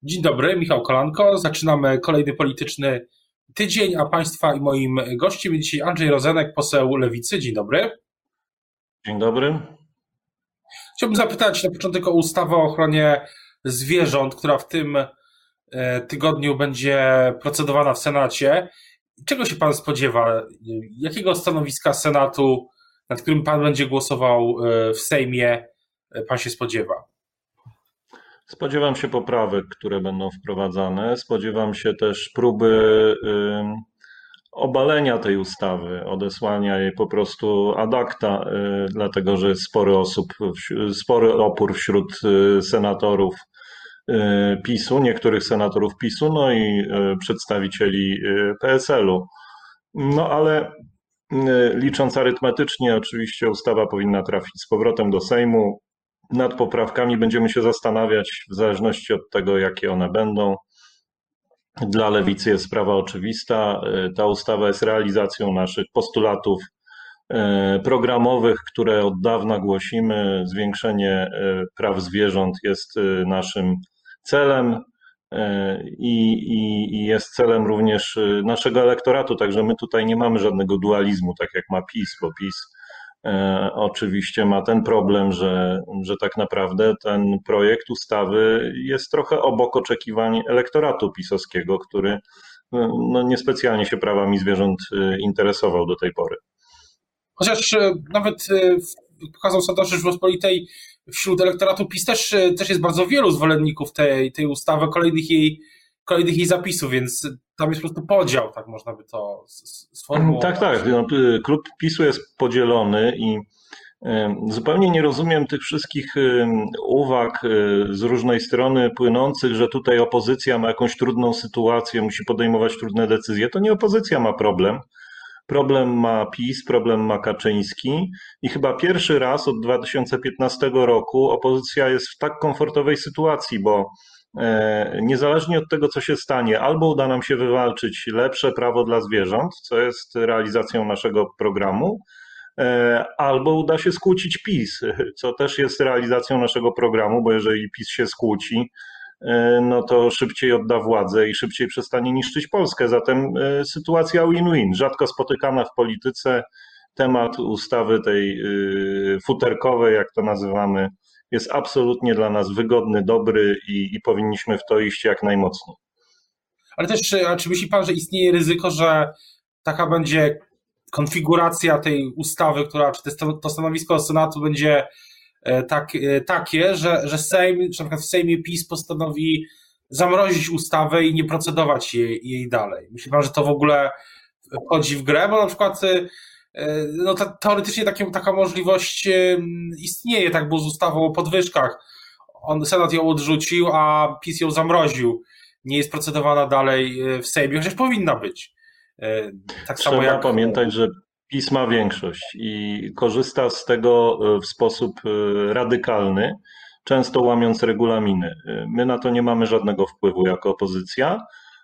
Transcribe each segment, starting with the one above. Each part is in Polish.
Dzień dobry, Michał Kolanko. Zaczynamy kolejny polityczny tydzień, a Państwa i moim gościem jest dzisiaj Andrzej Rozenek, poseł Lewicy. Dzień dobry. Dzień dobry. Chciałbym zapytać na początek o ustawę o ochronie zwierząt, która w tym tygodniu będzie procedowana w Senacie. Czego się Pan spodziewa? Jakiego stanowiska Senatu, nad którym Pan będzie głosował w Sejmie, Pan się spodziewa? Spodziewam się poprawek, które będą wprowadzane. Spodziewam się też próby obalenia tej ustawy, odesłania jej po prostu ad acta, dlatego że jest spory opór wśród senatorów PiS-u, niektórych senatorów PiS-u, no i przedstawicieli PSL-u. No ale licząc arytmetycznie, oczywiście ustawa powinna trafić z powrotem do Sejmu. Nad poprawkami będziemy się zastanawiać w zależności od tego, jakie one będą. Dla Lewicy jest sprawa oczywista. Ta ustawa jest realizacją naszych postulatów programowych, które od dawna głosimy. Zwiększenie praw zwierząt jest naszym celem i jest celem również naszego elektoratu. Także my tutaj nie mamy żadnego dualizmu, tak jak ma PiS, bo PiS oczywiście ma ten problem, że tak naprawdę ten projekt ustawy jest trochę obok oczekiwań elektoratu pisowskiego, który no, niespecjalnie się prawami zwierząt interesował do tej pory. Chociaż nawet pokazał sondaż Rzeczpospolitej, wśród elektoratu PiS też jest bardzo wielu zwolenników tej ustawy, kolejnych jej zapisów, więc tam jest po prostu podział, tak można by to sformułować. Tak. No, klub PiS-u jest podzielony i zupełnie nie rozumiem tych wszystkich uwag z różnej strony płynących, że tutaj opozycja ma jakąś trudną sytuację, musi podejmować trudne decyzje. To nie opozycja ma problem. Problem ma PiS, problem ma Kaczyński i chyba pierwszy raz od 2015 roku opozycja jest w tak komfortowej sytuacji, bo niezależnie od tego, co się stanie, albo uda nam się wywalczyć lepsze prawo dla zwierząt, co jest realizacją naszego programu, albo uda się skłócić PiS, co też jest realizacją naszego programu, bo jeżeli PiS się skłóci, no to szybciej odda władzę i szybciej przestanie niszczyć Polskę. Zatem sytuacja win-win, rzadko spotykana w polityce. Temat ustawy tej futerkowej, jak to nazywamy, jest absolutnie dla nas wygodny, dobry i powinniśmy w to iść jak najmocniej. Ale też, czy myśli Pan, że istnieje ryzyko, że taka będzie konfiguracja tej ustawy, czy to stanowisko Senatu będzie takie, że Sejm, czy na przykład w Sejmie PiS postanowi zamrozić ustawę i nie procedować jej dalej? Myśli Pan, że to w ogóle wchodzi w grę? Bo na przykład no, teoretycznie taka możliwość istnieje, tak było z ustawą o podwyżkach. Senat ją odrzucił, a PiS ją zamroził. Nie jest procedowana dalej w Sejmie, chociaż powinna być. Tak samo Trzeba pamiętać, że PiS ma większość i korzysta z tego w sposób radykalny, często łamiąc regulaminy. My na to nie mamy żadnego wpływu jako opozycja,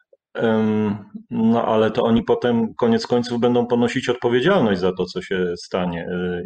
no ale to oni potem koniec końców będą ponosić odpowiedzialność za to, co się stanie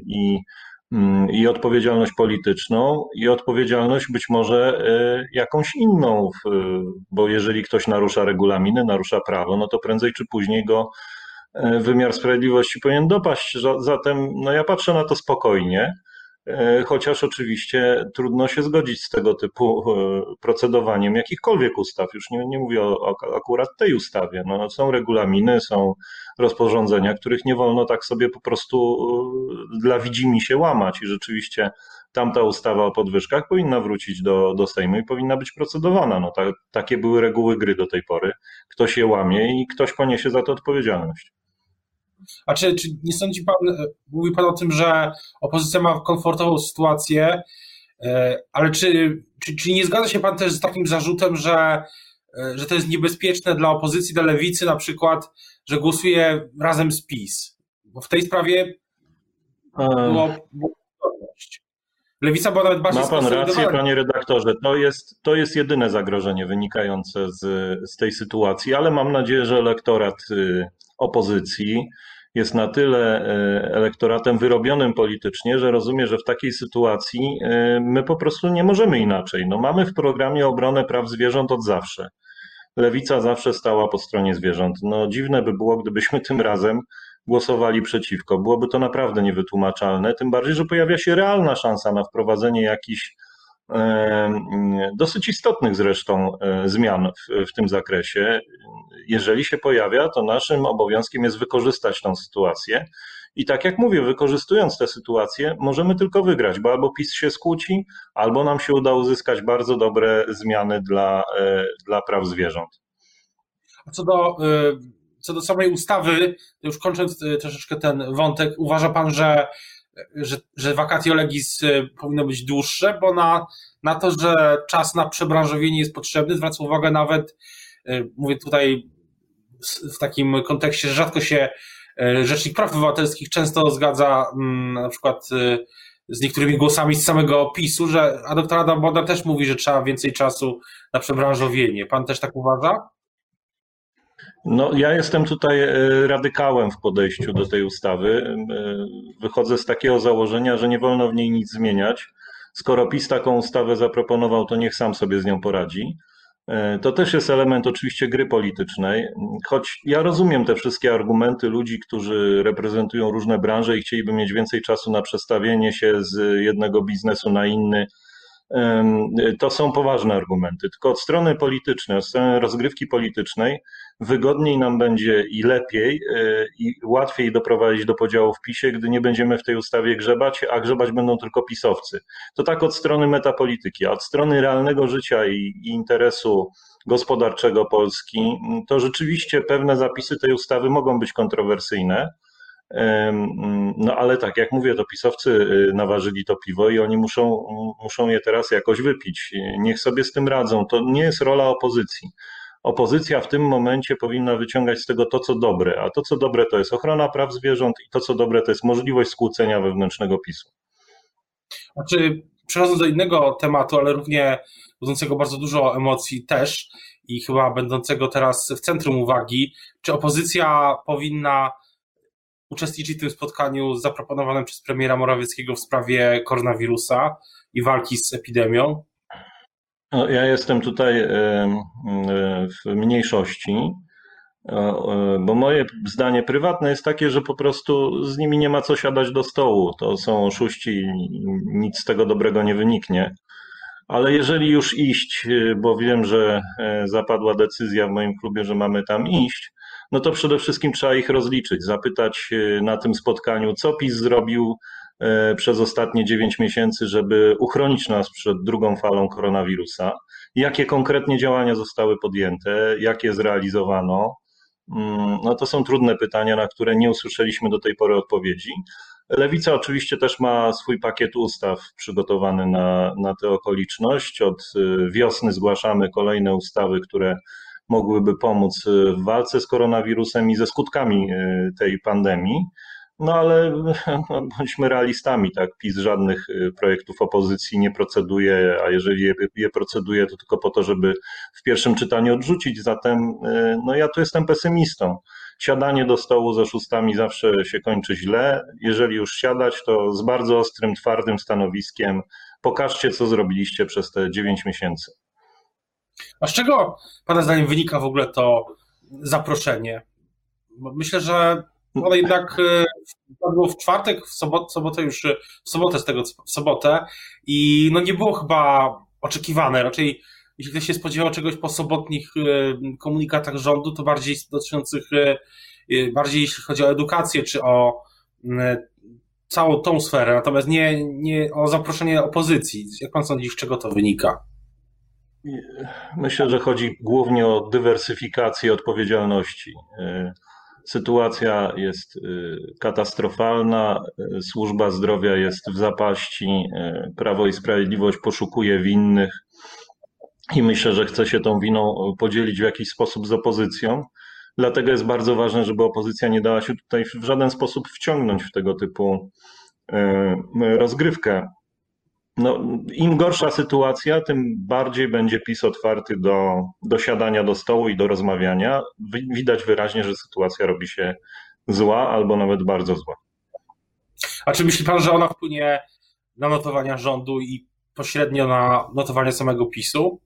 i odpowiedzialność polityczną i odpowiedzialność być może jakąś inną, bo jeżeli ktoś narusza regulaminy, narusza prawo, no to prędzej czy później go wymiar sprawiedliwości powinien dopaść. Zatem no ja patrzę na to spokojnie, chociaż oczywiście trudno się zgodzić z tego typu procedowaniem jakichkolwiek ustaw. Już nie mówię o akurat tej ustawie. No, są regulaminy, są rozporządzenia, których nie wolno tak sobie po prostu dla widzimisię łamać i rzeczywiście tamta ustawa o podwyżkach powinna wrócić do Sejmu i powinna być procedowana. No, takie były reguły gry do tej pory. Ktoś je łamie i ktoś poniesie za to odpowiedzialność. A czy nie sądzi Pan, mówi Pan o tym, że opozycja ma komfortową sytuację, ale czy nie zgadza się Pan też z takim zarzutem, że to jest niebezpieczne dla opozycji, dla lewicy na przykład, że głosuje razem z PiS? Bo w tej sprawie było Lewica była nawet bardziej skonsolidowana. Ma Pan rację, Panie redaktorze. To jest jedyne zagrożenie wynikające z tej sytuacji, ale mam nadzieję, że elektorat opozycji jest na tyle elektoratem wyrobionym politycznie, że rozumie, że w takiej sytuacji my po prostu nie możemy inaczej. No, mamy w programie obronę praw zwierząt od zawsze. Lewica zawsze stała po stronie zwierząt. No, dziwne by było, gdybyśmy tym razem głosowali przeciwko. Byłoby to naprawdę niewytłumaczalne, tym bardziej, że pojawia się realna szansa na wprowadzenie jakichś dosyć istotnych zresztą zmian w tym zakresie. Jeżeli się pojawia, to naszym obowiązkiem jest wykorzystać tę sytuację. I tak jak mówię, wykorzystując tę sytuację, możemy tylko wygrać, bo albo PiS się skłóci, albo nam się uda uzyskać bardzo dobre zmiany dla praw zwierząt. A co do samej ustawy, już kończąc troszeczkę ten wątek, uważa pan, że vacatio legis powinno być dłuższe, bo na to, że czas na przebranżowienie jest potrzebny, zwraca uwagę nawet, mówię tutaj w takim kontekście, że rzadko się Rzecznik Praw Obywatelskich często zgadza na przykład z niektórymi głosami z samego PiS-u, a doktor Adam Bodnar też mówi, że trzeba więcej czasu na przebranżowienie. Pan też tak uważa? No, ja jestem tutaj radykałem w podejściu do tej ustawy. Wychodzę z takiego założenia, że nie wolno w niej nic zmieniać. Skoro PiS taką ustawę zaproponował, to niech sam sobie z nią poradzi. To też jest element oczywiście gry politycznej, choć ja rozumiem te wszystkie argumenty ludzi, którzy reprezentują różne branże i chcieliby mieć więcej czasu na przestawienie się z jednego biznesu na inny. To są poważne argumenty, tylko od strony politycznej, od strony rozgrywki politycznej wygodniej nam będzie i lepiej i łatwiej doprowadzić do podziału w PiS-ie, gdy nie będziemy w tej ustawie grzebać, a grzebać będą tylko pisowcy. To tak od strony metapolityki, a od strony realnego życia i interesu gospodarczego Polski, to rzeczywiście pewne zapisy tej ustawy mogą być kontrowersyjne. No ale tak, jak mówię, to pisowcy naważyli to piwo i oni muszą je teraz jakoś wypić. Niech sobie z tym radzą. To nie jest rola opozycji. Opozycja w tym momencie powinna wyciągać z tego to, co dobre, a to, co dobre, to jest ochrona praw zwierząt i to, co dobre, to jest możliwość skłócenia wewnętrznego PiS-u. Znaczy, przechodząc do innego tematu, ale równie budzącego bardzo dużo emocji też i chyba będącego teraz w centrum uwagi, czy opozycja powinna uczestniczyć w tym spotkaniu zaproponowanym przez premiera Morawieckiego w sprawie koronawirusa i walki z epidemią? No, ja jestem tutaj w mniejszości, bo moje zdanie prywatne jest takie, że po prostu z nimi nie ma co siadać do stołu. To są oszuści i nic z tego dobrego nie wyniknie. Ale jeżeli już iść, bo wiem, że zapadła decyzja w moim klubie, że mamy tam iść, no to przede wszystkim trzeba ich rozliczyć, zapytać na tym spotkaniu, co PiS zrobił przez ostatnie 9 miesięcy, żeby uchronić nas przed drugą falą koronawirusa, jakie konkretnie działania zostały podjęte, jakie zrealizowano. No to są trudne pytania, na które nie usłyszeliśmy do tej pory odpowiedzi. Lewica oczywiście też ma swój pakiet ustaw przygotowany na tę okoliczność. Od wiosny zgłaszamy kolejne ustawy, które mogłyby pomóc w walce z koronawirusem i ze skutkami tej pandemii. No ale bądźmy realistami, tak? PiS żadnych projektów opozycji nie proceduje, a jeżeli je proceduje, to tylko po to, żeby w pierwszym czytaniu odrzucić. Zatem no ja tu jestem pesymistą. Siadanie do stołu z oszustami zawsze się kończy źle. Jeżeli już siadać, to z bardzo ostrym, twardym stanowiskiem. Pokażcie, co zrobiliście przez te 9 miesięcy. A z czego Pana zdaniem wynika w ogóle to zaproszenie? Bo myślę, że ono jednak było w czwartek, w sobotę i no nie było chyba oczekiwane. Raczej jeśli ktoś się spodziewał czegoś po sobotnich komunikatach rządu, to bardziej dotyczących, bardziej jeśli chodzi o edukację, czy o całą tą sferę, natomiast nie o zaproszenie opozycji. Jak pan sądzi, z czego to wynika? Myślę, że chodzi głównie o dywersyfikację odpowiedzialności. Sytuacja jest katastrofalna, służba zdrowia jest w zapaści, Prawo i Sprawiedliwość poszukuje winnych i myślę, że chce się tą winą podzielić w jakiś sposób z opozycją. Dlatego jest bardzo ważne, żeby opozycja nie dała się tutaj w żaden sposób wciągnąć w tego typu rozgrywkę. No, im gorsza sytuacja, tym bardziej będzie PiS otwarty do siadania do stołu i do rozmawiania. Widać wyraźnie, że sytuacja robi się zła albo nawet bardzo zła. A czy myśli pan, że ona wpłynie na notowania rządu i pośrednio na notowania samego PiS-u?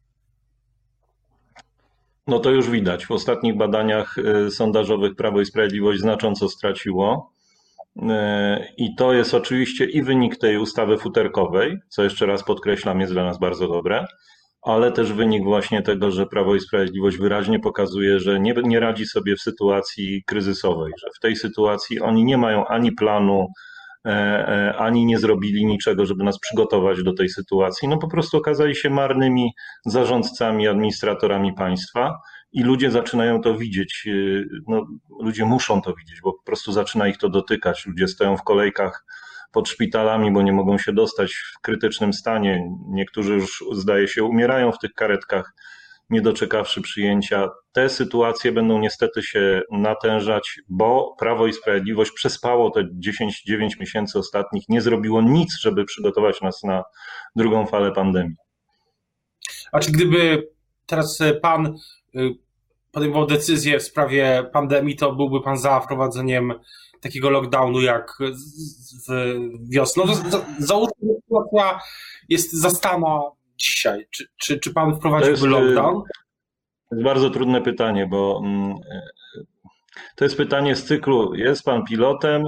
No to już widać. W ostatnich badaniach sondażowych Prawo i Sprawiedliwość znacząco straciło. I to jest oczywiście i wynik tej ustawy futerkowej, co jeszcze raz podkreślam, jest dla nas bardzo dobre, ale też wynik właśnie tego, że Prawo i Sprawiedliwość wyraźnie pokazuje, że nie radzi sobie w sytuacji kryzysowej, że w tej sytuacji oni nie mają ani planu, ani nie zrobili niczego, żeby nas przygotować do tej sytuacji. No po prostu okazali się marnymi zarządcami, administratorami państwa i ludzie zaczynają to widzieć. No, ludzie muszą to widzieć, bo po prostu zaczyna ich to dotykać. Ludzie stoją w kolejkach pod szpitalami, bo nie mogą się dostać w krytycznym stanie. Niektórzy już, zdaje się, umierają w tych karetkach, nie doczekawszy przyjęcia. Te sytuacje będą niestety się natężać, bo Prawo i Sprawiedliwość przespało te 10-9 miesięcy ostatnich, nie zrobiło nic, żeby przygotować nas na drugą falę pandemii. A czy gdyby teraz pan podejmował decyzję w sprawie pandemii, to byłby pan za wprowadzeniem takiego lockdownu jak wiosną? Załóżmy, że sytuacja jest zastana dzisiaj. Czy pan wprowadziłby lockdown? To jest bardzo trudne pytanie, bo to jest pytanie z cyklu: jest pan pilotem,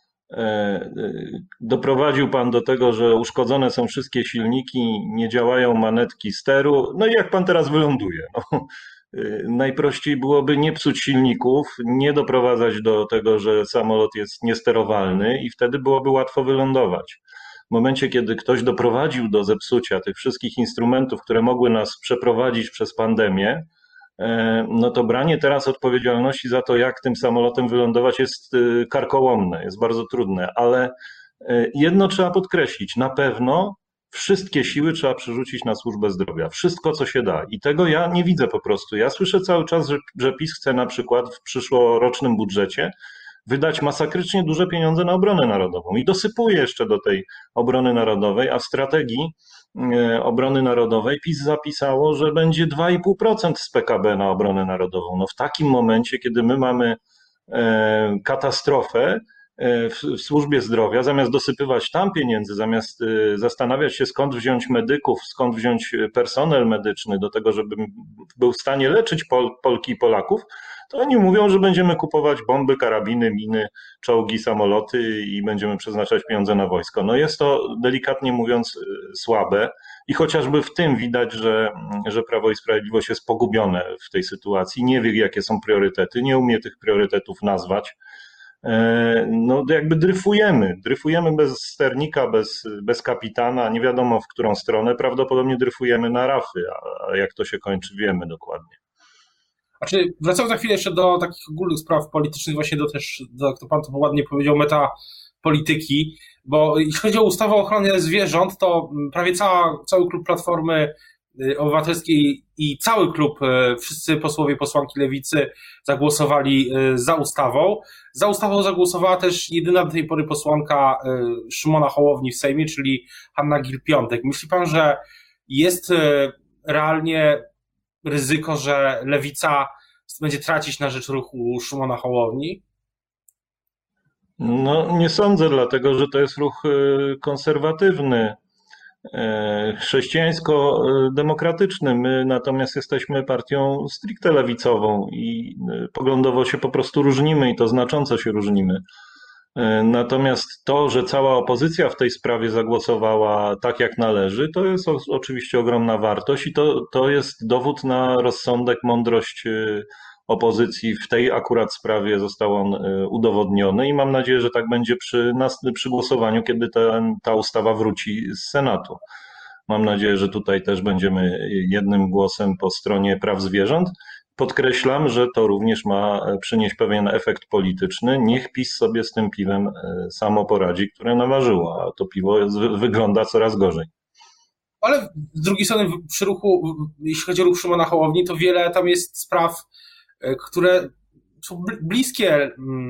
doprowadził pan do tego, że uszkodzone są wszystkie silniki, nie działają manetki steru, no i jak pan teraz wyląduje? No, najprościej byłoby nie psuć silników, nie doprowadzać do tego, że samolot jest niesterowalny i wtedy byłoby łatwo wylądować. W momencie, kiedy ktoś doprowadził do zepsucia tych wszystkich instrumentów, które mogły nas przeprowadzić przez pandemię, no to branie teraz odpowiedzialności za to, jak tym samolotem wylądować, jest karkołomne, jest bardzo trudne, ale jedno trzeba podkreślić: na pewno wszystkie siły trzeba przerzucić na służbę zdrowia, wszystko co się da, i tego ja nie widzę po prostu. Ja słyszę cały czas, że PiS chce na przykład w przyszłorocznym budżecie wydać masakrycznie duże pieniądze na obronę narodową i dosypuje jeszcze do tej obrony narodowej, a w strategii obrony narodowej PiS zapisało, że będzie 2,5% z PKB na obronę narodową. No w takim momencie, kiedy my mamy katastrofę w służbie zdrowia, zamiast dosypywać tam pieniędzy, zamiast zastanawiać się, skąd wziąć medyków, skąd wziąć personel medyczny do tego, żeby był w stanie leczyć Polki i Polaków, to oni mówią, że będziemy kupować bomby, karabiny, miny, czołgi, samoloty i będziemy przeznaczać pieniądze na wojsko. No jest to, delikatnie mówiąc, słabe i chociażby w tym widać, że Prawo i Sprawiedliwość jest pogubione w tej sytuacji, nie wie, jakie są priorytety, nie umie tych priorytetów nazwać. No jakby dryfujemy bez sternika, bez kapitana, nie wiadomo w którą stronę, prawdopodobnie dryfujemy na rafy, a jak to się kończy, wiemy dokładnie. Znaczy, wracam za chwilę jeszcze do takich ogólnych spraw politycznych, właśnie jak to pan to ładnie powiedział, metapolityki, bo jeśli chodzi o ustawę o ochronie zwierząt, to prawie cały klub Platformy Obywatelskiej i cały klub, wszyscy posłowie, posłanki Lewicy zagłosowali za ustawą. Za ustawą zagłosowała też jedyna do tej pory posłanka Szymona Hołowni w Sejmie, czyli Hanna Gill-Piątek. Myśli pan, że jest realnie ryzyko, że Lewica będzie tracić na rzecz ruchu Szymona Hołowni? No nie sądzę, dlatego że to jest ruch konserwatywny, chrześcijańsko-demokratyczny. My natomiast jesteśmy partią stricte lewicową i poglądowo się po prostu różnimy, i to znacząco się różnimy. Natomiast to, że cała opozycja w tej sprawie zagłosowała tak jak należy, to jest oczywiście ogromna wartość i to jest dowód na rozsądek, mądrość opozycji. W tej akurat sprawie został on udowodniony i mam nadzieję, że tak będzie przy głosowaniu, kiedy ta ustawa wróci z Senatu. Mam nadzieję, że tutaj też będziemy jednym głosem po stronie praw zwierząt. Podkreślam, że to również ma przynieść pewien efekt polityczny. Niech PiS sobie z tym piwem samo poradzi, które naważyło, a to piwo wygląda coraz gorzej. Ale z drugiej strony przy ruchu, jeśli chodzi o ruch Szymona Hołowni, to wiele tam jest spraw, które są bliskie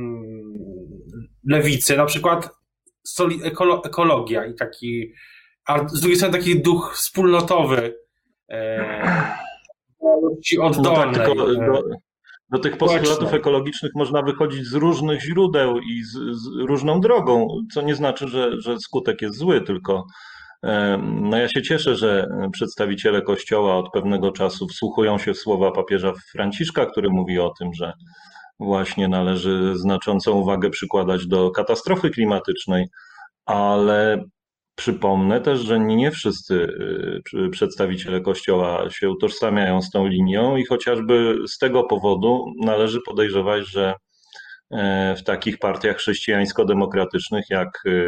lewicy, na przykład ekologia i taki, a z drugiej strony taki duch wspólnotowy, oddolnej. Do tych postulatów ekologicznych można wychodzić z różnych źródeł i z różną drogą, co nie znaczy, że skutek jest zły, tylko no ja się cieszę, że przedstawiciele Kościoła od pewnego czasu wsłuchują się w słowa papieża Franciszka, który mówi o tym, że właśnie należy znaczącą uwagę przykładać do katastrofy klimatycznej, ale przypomnę też, że nie wszyscy przedstawiciele Kościoła się utożsamiają z tą linią i chociażby z tego powodu należy podejrzewać, że w takich partiach chrześcijańsko-demokratycznych jak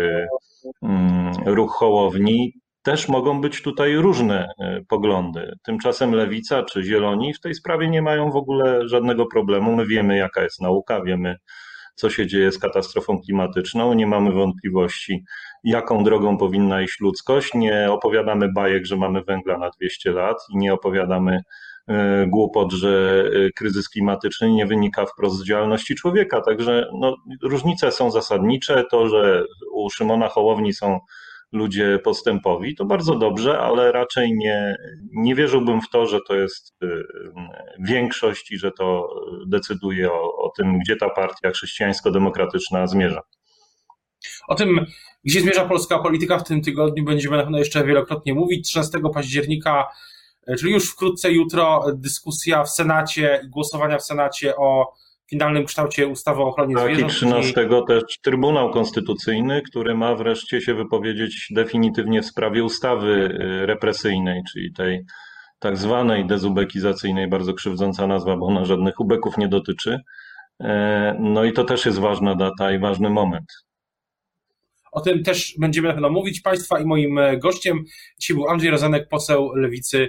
Ruch Hołowni też mogą być tutaj różne poglądy. Tymczasem Lewica czy Zieloni w tej sprawie nie mają w ogóle żadnego problemu. My wiemy, jaka jest nauka, wiemy, co się dzieje z katastrofą klimatyczną, nie mamy wątpliwości, jaką drogą powinna iść ludzkość. Nie opowiadamy bajek, że mamy węgla na 200 lat i nie opowiadamy głupot, że kryzys klimatyczny nie wynika wprost z działalności człowieka. Także no, różnice są zasadnicze. To, że u Szymona Hołowni są ludzie postępowi, to bardzo dobrze, ale raczej nie wierzyłbym w to, że to jest większość i że to decyduje o tym, gdzie ta partia chrześcijańsko-demokratyczna zmierza. O tym, gdzie zmierza polska polityka w tym tygodniu, będziemy na pewno jeszcze wielokrotnie mówić. 13 października, czyli już wkrótce jutro, dyskusja w Senacie i głosowania w Senacie o finalnym kształcie ustawy o ochronie zwierząt. Tak, i 13 też Trybunał Konstytucyjny, który ma wreszcie się wypowiedzieć definitywnie w sprawie ustawy represyjnej, czyli tej tak zwanej dezubekizacyjnej, bardzo krzywdząca nazwa, bo ona żadnych ubeków nie dotyczy. No i to też jest ważna data i ważny moment. O tym też będziemy na pewno mówić. Państwa i moim gościem dzisiaj był Andrzej Rozenek, poseł Lewicy.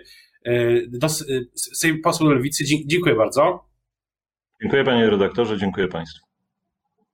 Dziękuję bardzo. Dziękuję panie redaktorze, dziękuję państwu.